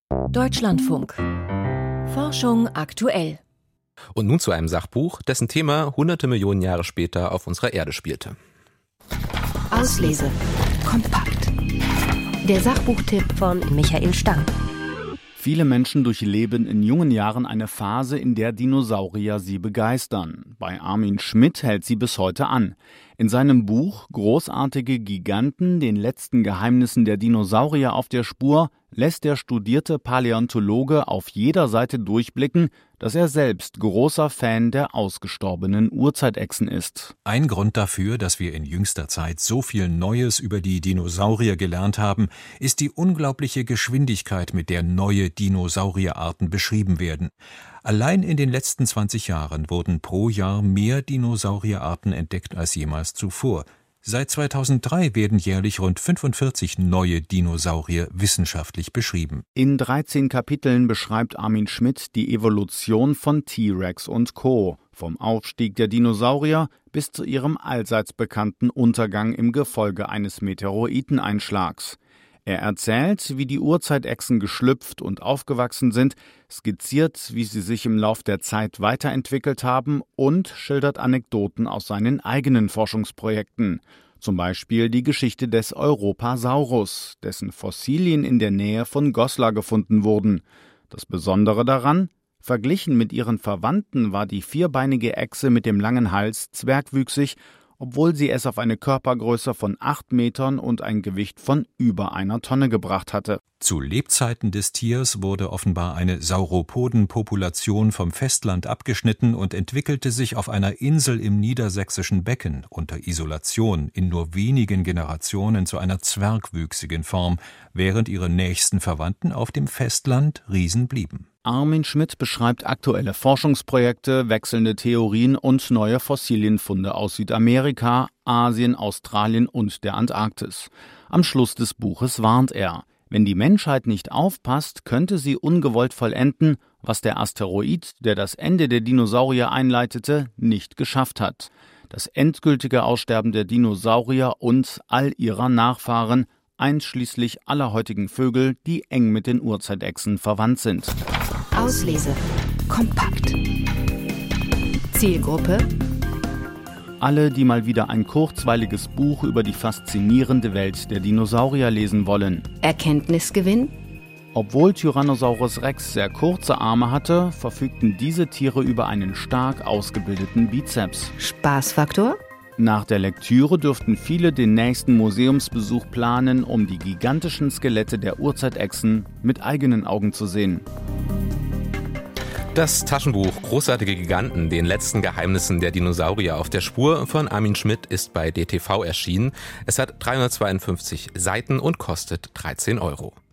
Deutschlandfunk. Forschung aktuell. Und nun zu einem Sachbuch, dessen Thema hunderte Millionen Jahre später auf unserer Erde spielte. Auslese. Kompakt. Der Sachbuchtipp von Michael Stang. Viele Menschen durchleben in jungen Jahren eine Phase, in der Dinosaurier sie begeistern. Bei Armin Schmidt hält sie bis heute an. In seinem Buch »Großartige Giganten, den letzten Geheimnissen der Dinosaurier auf der Spur« lässt der studierte Paläontologe auf jeder Seite durchblicken, dass er selbst großer Fan der ausgestorbenen Urzeitechsen ist. Ein Grund dafür, dass wir in jüngster Zeit so viel Neues über die Dinosaurier gelernt haben, ist die unglaubliche Geschwindigkeit, mit der neue Dinosaurierarten beschrieben werden. Allein in den letzten 20 Jahren wurden pro Jahr mehr Dinosaurierarten entdeckt als jemals zuvor. Seit 2003 werden jährlich rund 45 neue Dinosaurier wissenschaftlich beschrieben. In 13 Kapiteln beschreibt Armin Schmidt die Evolution von T-Rex und Co., vom Aufstieg der Dinosaurier bis zu ihrem allseits bekannten Untergang im Gefolge eines Meteoriteneinschlags. Er erzählt, wie die Urzeitechsen geschlüpft und aufgewachsen sind, skizziert, wie sie sich im Lauf der Zeit weiterentwickelt haben und schildert Anekdoten aus seinen eigenen Forschungsprojekten. Zum Beispiel die Geschichte des Europasaurus, dessen Fossilien in der Nähe von Goslar gefunden wurden. Das Besondere daran: verglichen mit ihren Verwandten war die vierbeinige Echse mit dem langen Hals zwergwüchsig, obwohl sie es auf eine Körpergröße von 8 Metern und ein Gewicht von über 1 Tonne gebracht hatte. Zu Lebzeiten des Tiers wurde offenbar eine Sauropoden-Population vom Festland abgeschnitten und entwickelte sich auf einer Insel im niedersächsischen Becken unter Isolation in nur wenigen Generationen zu einer zwergwüchsigen Form, während ihre nächsten Verwandten auf dem Festland Riesen blieben. Armin Schmidt beschreibt aktuelle Forschungsprojekte, wechselnde Theorien und neue Fossilienfunde aus Südamerika, Asien, Australien und der Antarktis. Am Schluss des Buches warnt er: Wenn die Menschheit nicht aufpasst, könnte sie ungewollt vollenden, was der Asteroid, der das Ende der Dinosaurier einleitete, nicht geschafft hat. Das endgültige Aussterben der Dinosaurier und all ihrer Nachfahren, einschließlich aller heutigen Vögel, die eng mit den Urzeitechsen verwandt sind. Auslese. Kompakt. Zielgruppe: alle, die mal wieder ein kurzweiliges Buch über die faszinierende Welt der Dinosaurier lesen wollen. Erkenntnisgewinn: Obwohl Tyrannosaurus Rex sehr kurze Arme hatte, verfügten diese Tiere über einen stark ausgebildeten Bizeps. Spaßfaktor: Nach der Lektüre dürften viele den nächsten Museumsbesuch planen, um die gigantischen Skelette der Urzeitechsen mit eigenen Augen zu sehen. Das Taschenbuch »Großartige Giganten, den letzten Geheimnissen der Dinosaurier auf der Spur« von Armin Schmidt ist bei DTV erschienen. Es hat 352 Seiten und kostet 13 €.